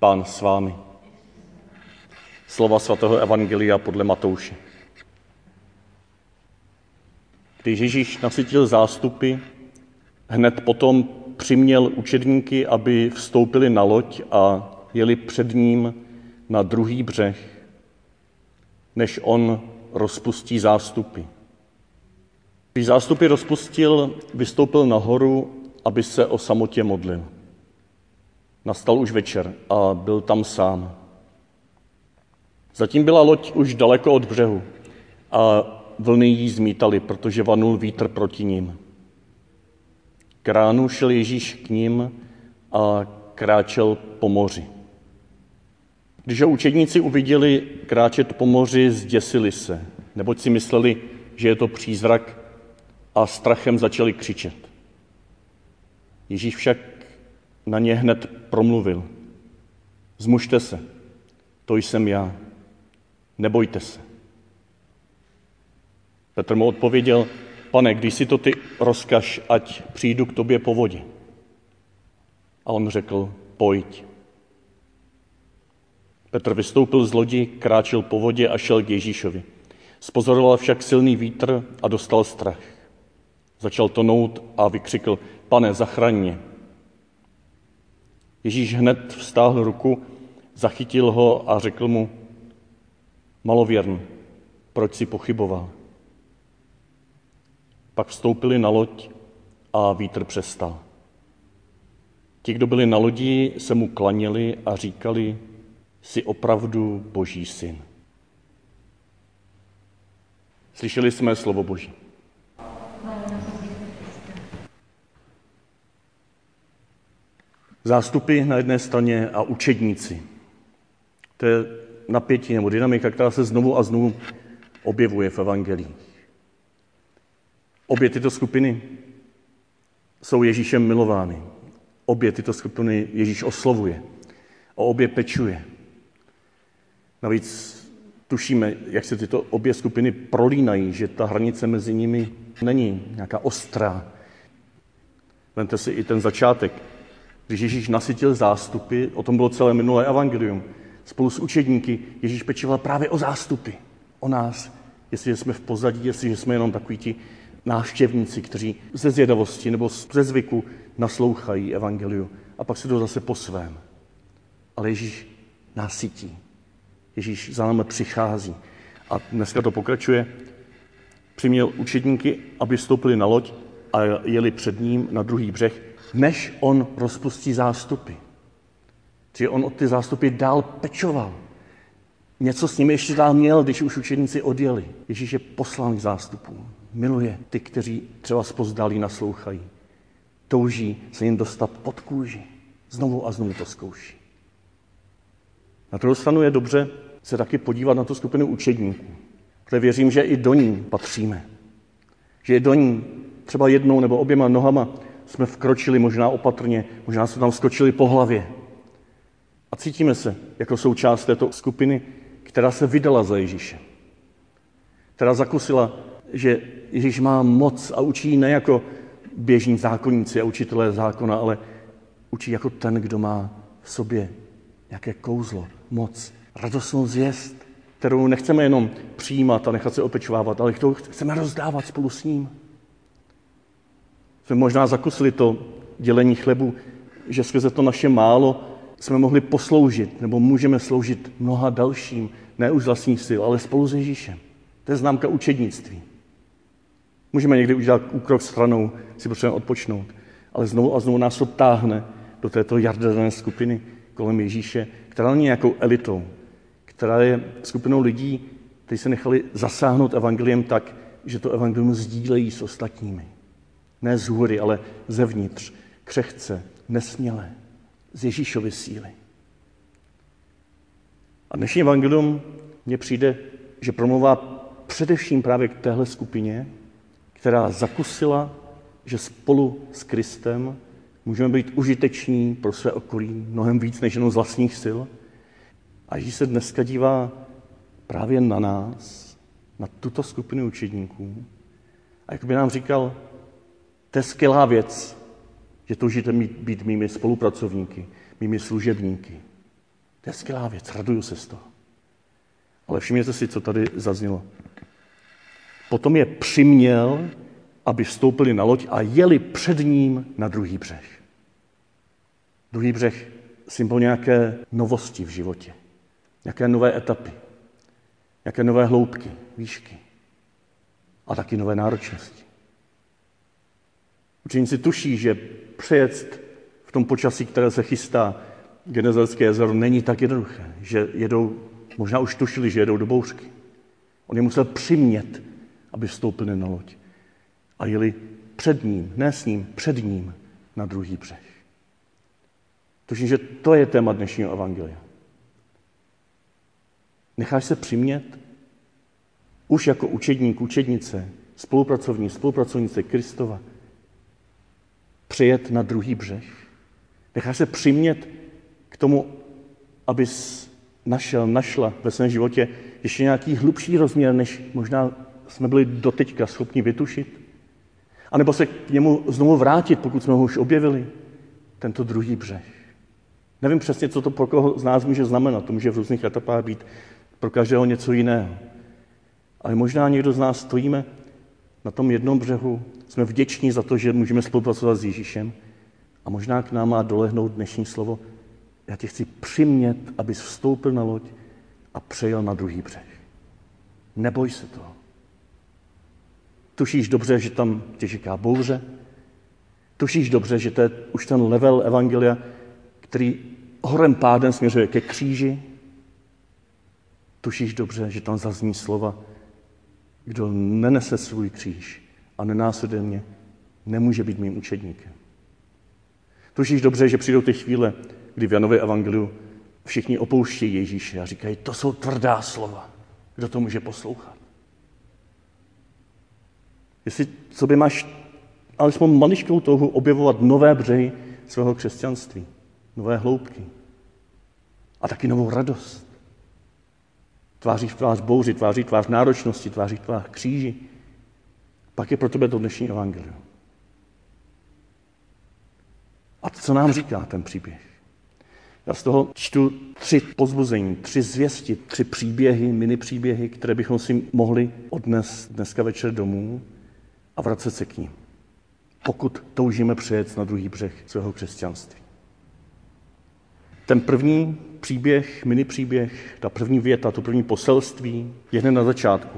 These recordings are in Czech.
Pán s vámi. Slova svatého evangelia podle Matouše. Když Ježíš nasytil zástupy, hned potom přiměl učedníky, aby vstoupili na loď a jeli před ním na druhý břeh, než on rozpustí zástupy. Když zástupy rozpustil, vystoupil nahoru, aby se o samotě modlil. Nastal už večer a byl tam sám. Zatím byla loď už daleko od břehu a vlny jí zmítaly, protože vanul vítr proti ním. K ránu šel Ježíš k ním a kráčel po moři. Když ho učedníci uviděli kráčet po moři, zděsili se, neboť si mysleli, že je to přízrak, a strachem začali křičet. Ježíš však na ně hned promluvil. Zmužte se, to jsem já, nebojte se. Petr mu odpověděl, Pane, když si to ty rozkaž, ať přijdu k tobě po vodě. A on řekl, pojď. Petr vystoupil z lodi, kráčel po vodě a šel k Ježíšovi. Spozoroval však silný vítr a dostal strach. Začal tonout a vykřikl, Pane, zachraň mě. Ježíš hned vztáhl ruku, zachytil ho a řekl mu, malověrn, proč jsi pochyboval? Pak vstoupili na loď a vítr přestal. Ti, kdo byli na lodi, se mu klaněli a říkali, jsi opravdu Boží syn. Slyšeli jsme slovo Boží. Zástupy na jedné straně a učedníci. To je napětí nebo dynamika, která se znovu a znovu objevuje v evangelích. Obě tyto skupiny jsou Ježíšem milovány. Obě tyto skupiny Ježíš oslovuje. O obě pečuje. Navíc tušíme, jak se tyto obě skupiny prolínají, že ta hranice mezi nimi není nějaká ostrá. Vemte si i ten začátek. Když Ježíš nasytil zástupy, o tom bylo celé minulé evangelium, spolu s učedníky Ježíš pečoval právě o zástupy, o nás, jestliže jsme v pozadí, jestliže jsme jenom takoví ti návštěvníci, kteří ze zvědavosti nebo ze zvyku naslouchají evangeliu a pak si to zase po svém. Ale Ježíš nás sytí. Ježíš za námi přichází. A dneska to pokračuje. Přiměl učedníky, aby vstoupili na loď a jeli před ním na druhý břeh, než on rozpustí zástupy. Čili on od ty zástupy dál pečoval. Něco s nimi ještě dál měl, když už učedníci odjeli. Ježíš je poslán k zástupům. Miluje ty, kteří třeba zpozdálí naslouchají. Touží se jim dostat pod kůži. Znovu a znovu to zkouší. Na druhou stranu je dobře se taky podívat na tu skupinu učedníků. Protože věřím, že i do ní patříme. Že i do ní třeba jednou nebo oběma nohama jsme vkročili možná opatrně, možná jsme tam skočili po hlavě. A cítíme se jako součást této skupiny, která se vydala za Ježíše. Která zakusila, že Ježíš má moc a učí ne jako běžní zákonníci a učitelé zákona, ale učí jako ten, kdo má v sobě nějaké kouzlo, moc, radostnou zvěst, kterou nechceme jenom přijímat a nechat se opečovávat, ale kterou chceme rozdávat spolu s ním. Jsme možná zakusili to dělení chlebu, že skrze to naše málo jsme mohli posloužit, nebo můžeme sloužit mnoha dalším, ne už z vlastních sil, ale spolu s Ježíšem. To je známka učednictví. Můžeme někdy udělat úkrok stranou, si potřebujeme odpočnout, ale znovu a znovu nás to táhne do této jaderné skupiny kolem Ježíše, která není nějakou elitou, která je skupinou lidí, kteří se nechali zasáhnout evangeliem tak, že to evangelium sdílejí s ostatními. Ne z hůry, ale zevnitř, křehce, nesmělé, z Ježíšovy síly. A dnešní evangelium mně přijde, že promluvá především právě k téhle skupině, která zakusila, že spolu s Kristem můžeme být užiteční pro své okolí mnohem víc než jenom z vlastních sil. A Ježíš se dneska dívá právě na nás, na tuto skupinu učedníků. A jak by nám říkal, to je skvělá věc, že toužíte být mými spolupracovníky, mými služebníky. To je skvělá věc, raduju se z toho. Ale všimněte si, co tady zaznělo. Potom je přiměl, aby vstoupili na loď a jeli před ním na druhý břeh. Druhý břeh, symbol nějaké novosti v životě, nějaké nové etapy, nějaké nové hloubky, výšky a taky nové náročnosti. Učeníci tuší, že přejezd v tom počasí, které se chystá Genezarské jezero, není tak jednoduché, že jedou, možná už tušili, že jedou do bouřky. On je musel přimět, aby vstoupili na loď a jeli před ním, ne s ním, před ním na druhý břeh. Tuším, že to je téma dnešního evangelia. Necháš se přimět už jako učedník, učednice, spolupracovnice Kristova přijet na druhý břeh. Necháš se přimět k tomu, abys našla ve svém životě ještě nějaký hlubší rozměr, než možná jsme byli doteďka schopni vytušit. A nebo se k němu znovu vrátit, pokud jsme ho už objevili, tento druhý břeh. Nevím přesně, co to pro koho z nás může znamenat. To může v různých etapách být pro každého něco jiného. Ale možná někdo z nás stojíme na tom jednom břehu, jsme vděční za to, že můžeme spolupracovat s Ježíšem a možná k nám má dolehnout dnešní slovo. Já tě chci přimět, abys vstoupil na loď a přejel na druhý břeh. Neboj se toho. Tušíš dobře, že tam tě čeká bouře. Tušíš dobře, že to je už ten level evangelia, který horem pádem směřuje ke kříži. Tušíš dobře, že tam zazní slova, kdo nenese svůj kříž a nenásleduje mě, nemůže být mým učedníkem. Tušíš dobře, že přijdou ty chvíle, kdy v Janově evangeliu všichni opouštějí Ježíše a říkají, to jsou tvrdá slova. Kdo to může poslouchat? Jestli v sobě máš alespoň maličkou touhu objevovat nové břehy svého křesťanství, nové hloubky a taky novou radost. Tváří v tvář bouři, tváří v tvář náročnosti, tváří v tvář kříži. Pak je pro tebe to dnešní evangelium. A co nám říká ten příběh? Já z toho čtu 3 povzbuzení, 3 zvěsti, 3 příběhy, mini příběhy, které bychom si mohli odnést dneska večer domů a vracet se k ním. Pokud toužíme přejet na druhý břeh svého křesťanství. Ten první příběh, mini příběh, ta první věta, to první poselství je hned na začátku.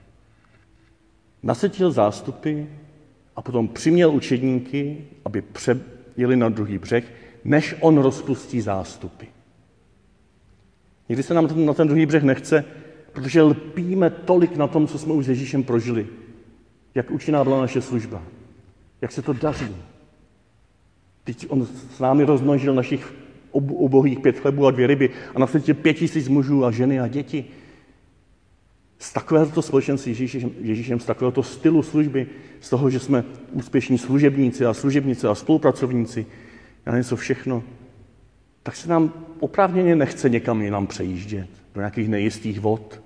Nasytil zástupy a potom přiměl učedníky, aby přejeli na druhý břeh, než on rozpustí zástupy. Někdy se nám na ten druhý břeh nechce, protože lpíme tolik na tom, co jsme už s Ježíšem prožili. Jak účinná byla naše služba. Jak se to daří. Teď on s námi rozmnožil našich ubohých 5 chlebů a 2 ryby a na světě 5000 mužů a ženy a děti. Z takovéhoto společenství Ježíšem, z takovéhoto stylu služby, z toho, že jsme úspěšní služebníci a služebnice a spolupracovníci a něco všechno, tak se nám oprávněně nechce někam jinam přejíždět, do nějakých nejistých vod.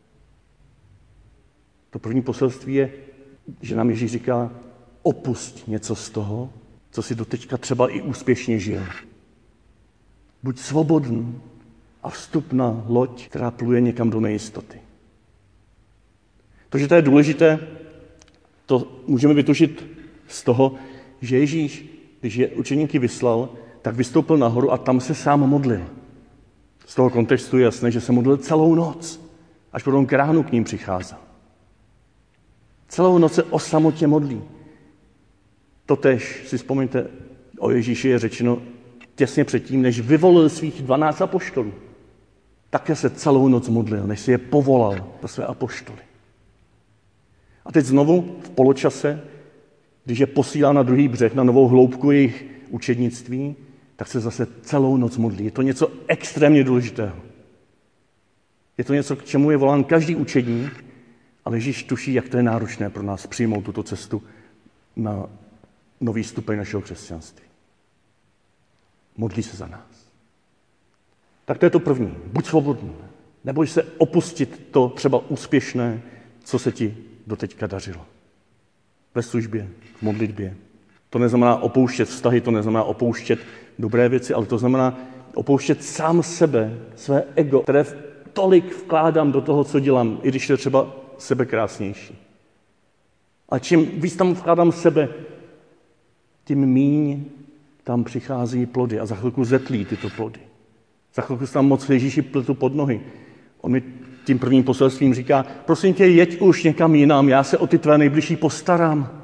To první poselství je, že nám Ježíš říká, opusť něco z toho, co si doteďka třeba i úspěšně žil. Buď svobodný a vstup na loď, která pluje někam do nejistoty. To, že to je důležité, to můžeme vytušit z toho, že Ježíš, když je učeníky vyslal, tak vystoupil nahoru a tam se sám modlil. Z toho kontextu je jasné, že se modlil celou noc, až potom k ránu k ním přicházel. Celou noc se o samotě modlí. Totéž si vzpomeňte, o Ježíši je řečeno těsně předtím, než vyvolil svých 12 apoštolů. Také se celou noc modlil, než si je povolal pro své apoštoly. A teď znovu v poločase, když je posílá na druhý břeh, na novou hloubku jejich učednictví, tak se zase celou noc modlí. Je to něco extrémně důležitého. Je to něco, k čemu je volán každý učedník, ale Ježíš tuší, jak to je náročné pro nás přijmout tuto cestu na nový stupeň našeho křesťanství. Modlí se za nás. Tak to je to první. Buď svobodný. Neboj se opustit to třeba úspěšné, co se ti doteďka dařilo. Ve službě, v modlitbě. To neznamená opouštět vztahy, to neznamená opouštět dobré věci, ale to znamená Opouštět sám sebe, své ego, které tolik vkládám do toho, co dělám, i když to je třeba sebekrásnější. A čím víc tam vkládám sebe, tím míň tam přichází plody a za chvilku zetlí tyto plody. Za chvilku se tam moc Ježíši pletu pod nohy. On mi tím prvním poselstvím říká, prosím tě, jeď už někam jinam, já se o ty tvé nejbližší postarám.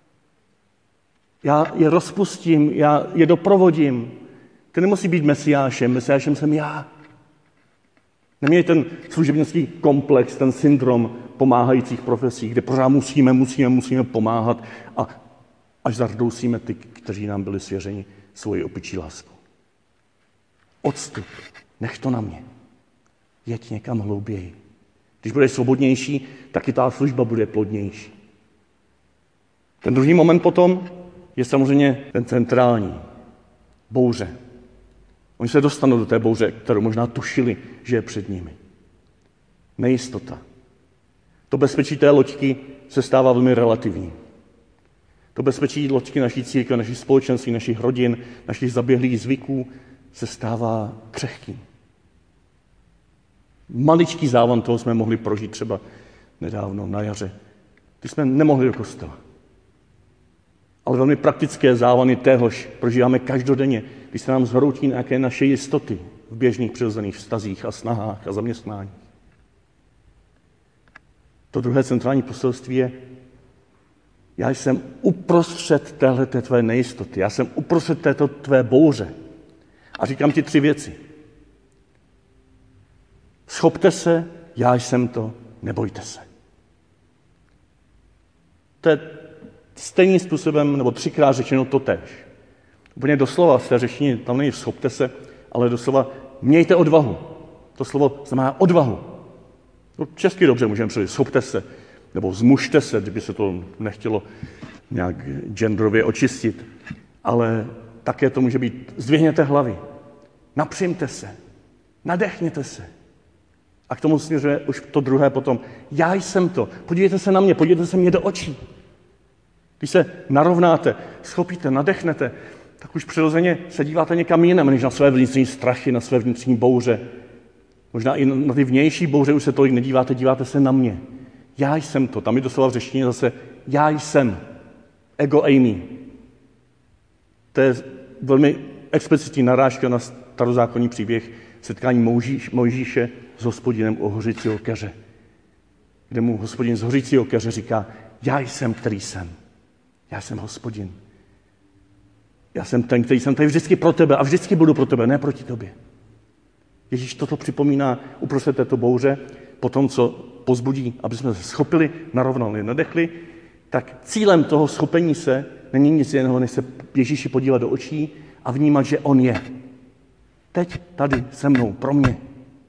Já je rozpustím, já je doprovodím. Ty nemusí být mesiášem jsem já. Neměj ten služebnický komplex, ten syndrom pomáhajících profesí, kde pořád musíme pomáhat a až zardousíme ty, kteří nám byli svěřeni svoji opičí láskou. Odstup, nech to na mě. Jeď někam hlouběji. Když budeš svobodnější, tak i ta služba bude plodnější. Ten druhý moment potom je samozřejmě ten centrální. Bouře. Oni se dostanou do té bouře, kterou možná tušili, že je před nimi. Nejistota. To bezpečí té loďky se stává velmi relativní. To bezpečí loďky naší církve, našich společenství, našich rodin, našich zaběhlých zvyků se stává křehkým. Maličký závan toho jsme mohli prožít třeba nedávno na jaře. Když jsme nemohli do kostela. Ale velmi praktické závany téhož prožíváme každodenně, když se nám zhroutí nějaké naše jistoty v běžných přirozených vztazích a snahách a zaměstnání. To druhé centrální poselství je, já jsem uprostřed téhleté tvé nejistoty, já jsem uprostřed této tvé bouře. A říkám ti 3 věci. Schopte se, já jsem to, nebojte se. To je stejným způsobem, nebo 3krát řečeno totéž. Úplně doslova z té řečtiny, tam není schopte se, ale doslova mějte odvahu. To slovo znamená odvahu. No, česky dobře můžeme přijít, schopte se, nebo zmužte se, kdyby se to nechtělo nějak genderově očistit. Ale také to může být, zdvihněte hlavy, napřimte se, nadechněte se. A k tomu směřuje už to druhé potom. Já jsem to, podívejte se na mě, podívejte se mě do očí. Když se narovnáte, schopíte, nadechnete, tak už přirozeně se díváte někam jinam, než na své vnitřní strachy, na své vnitřní bouře. Možná i na ty vnější bouře už se tolik nedíváte, díváte se na mě. Já jsem to. Tam je doslova v řečtině zase já jsem. Ego eimi. To je velmi explicitní narážka na starozákonní příběh setkání Mojžíše s Hospodinem u hořícího keře, kde mu Hospodin z hořícího keře říká, já jsem, který jsem. Já jsem Hospodin. Já jsem ten, který jsem tady vždycky pro tebe a vždycky budu pro tebe, ne proti tobě. Ježíš toto připomíná uprostřed této bouře, po tom, co pozbudí, aby jsme se schopili, narovnali, nadechli, tak cílem toho schopení se není nic jiného, než se Ježíši podívat do očí a vnímat, že on je. Teď tady se mnou, pro mě.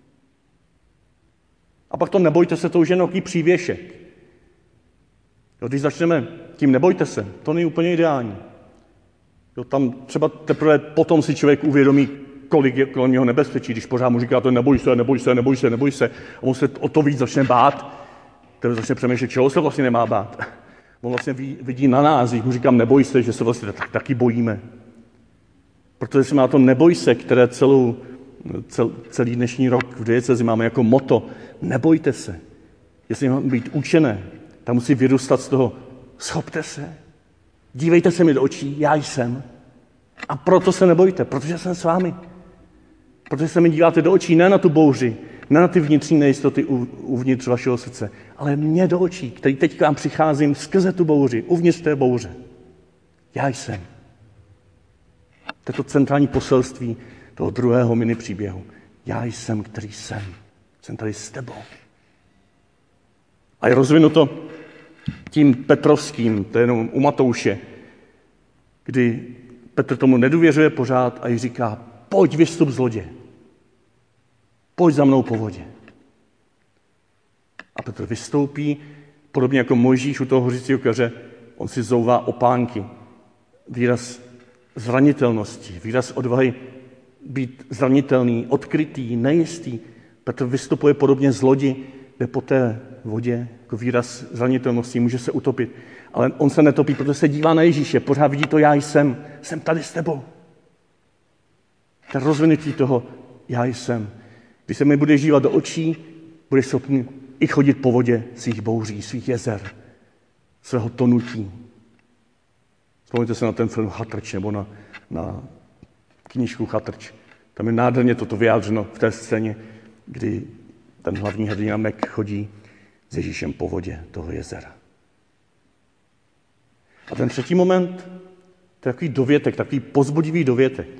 A pak to nebojte se, to už je nějaký přívěšek. Jo, když začneme tím nebojte se, to není úplně ideální. Jo, tam třeba teprve potom si člověk uvědomí, kolik je kolem něho nebezpečí, když pořád mu říká to neboj se, a on se o to víc začne bát, ten začne přemýšlet, čeho se vlastně nemá bát. On vlastně vidí na nás, když mu říkám neboj se, že se vlastně taky bojíme. Protože jsme na to neboj se, které celý dnešní rok v diecezi máme jako motto, nebojte se. Jestli mám být učené, tak musí vyrůstat z toho, schopte se, dívejte se mi do očí, já jsem. A proto se nebojte, protože jsem s vámi. Protože se mi díváte do očí, ne na tu bouři, ne na ty vnitřní nejistoty uvnitř vašeho srdce, ale mě do očí, který teď k vám přicházím skrze tu bouři, uvnitř té bouře. Já jsem. To je to centrální poselství toho druhého mini příběhu. Já jsem, který jsem. Jsem tady s tebou. A je rozvinuto tím Petrovským, to je jenom u Matouše, kdy Petr tomu nedůvěřuje pořád a jí říká, pojď vystup z lodě. Pojď za mnou po vodě. A Petr vystoupí, podobně jako Mojžíš u toho hořícího keře, on si zouvá opánky. Výraz zranitelnosti, výraz odvahy být zranitelný, odkrytý, nejistý. Petr vystupuje podobně z lodi, jde po té vodě, jako výraz zranitelnosti, může se utopit. Ale on se netopí, protože se dívá na Ježíše, pořád vidí to já jsem tady s tebou. To rozvinutí toho já jsem. Když se mi budeš dívat do očí, budeš schopný i chodit po vodě svých bouří, svých jezer, svého tonutí. Vzpomeňte se na ten film Chatrč nebo na knížku Chatrč. Tam je nádherně toto vyjádřeno v té scéně, kdy ten hlavní hrdina Mac chodí s Ježíšem po vodě toho jezera. A ten třetí moment, to je takový dovětek, takový povzbudivý dovětek.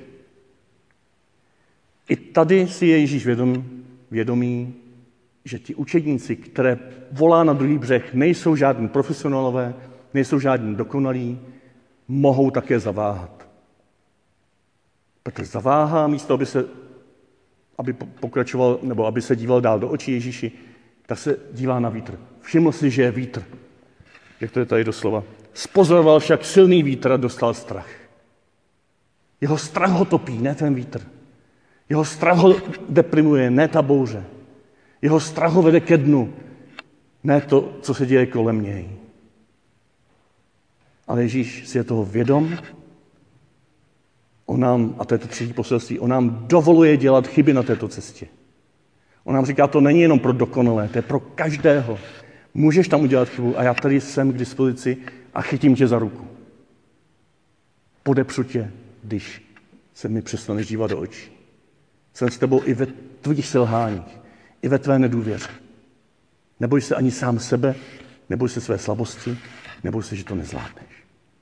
I tady si je Ježíš vědomý, že ti učedníci, které volá na druhý břeh, nejsou žádní profesionálové, nejsou žádní dokonalí, mohou také zaváhat. Petr zaváhá, místo aby pokračoval, nebo aby se díval dál do očí Ježíši, tak se dívá na vítr. Všiml si, že je vítr. Jak to je tady doslova? Spozoroval však silný vítr a dostal strach. Jeho strach ho topí, ne ten vítr. Jeho strach ho deprimuje, ne ta bouře. Jeho strach ho vede ke dnu, ne to, co se děje kolem něj. Ale Ježíš si je toho vědom. On nám, a to je to třetí poselství, on nám dovoluje dělat chyby na této cestě. On nám říká, to není jenom pro dokonalé, to je pro každého. Můžeš tam udělat chybu a já tady jsem k dispozici a chytím tě za ruku. Podepřu tě, když se mi přestaneš dívat do očí. Jsem s tebou i ve tvých selháních, i ve tvé nedůvěře. Neboj se ani sám sebe, neboj se své slabosti, neboj se, že to nezvládneš.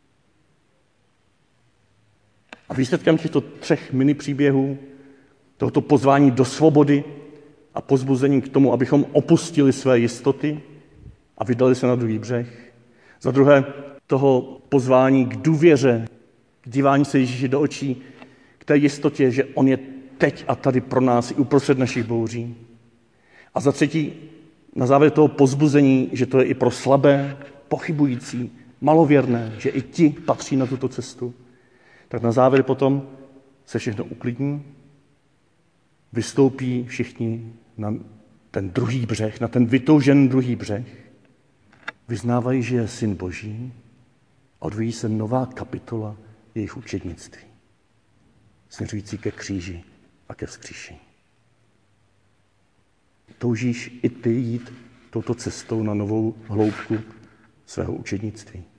A výsledkem těchto 3 mini příběhů, tohoto pozvání do svobody a pozbuzení k tomu, abychom opustili své jistoty a vydali se na druhý břeh. Za druhé, toho pozvání k důvěře, k dívání se Ježíši do očí, k té jistotě, že on je teď a tady pro nás i uprostřed našich bouří. A za třetí, na závěr toho pozbuzení, že to je i pro slabé, pochybující, malověrné, že i ti patří na tuto cestu. Tak na závěr potom se všechno uklidní, vystoupí všichni na ten druhý břeh, na ten vytoužený druhý břeh, vyznávají, že je Syn Boží a odvíjí se nová kapitola jejich učednictví, směřující ke kříži a ke vzkříšení. Toužíš i ty jít touto cestou na novou hloubku svého učednictví?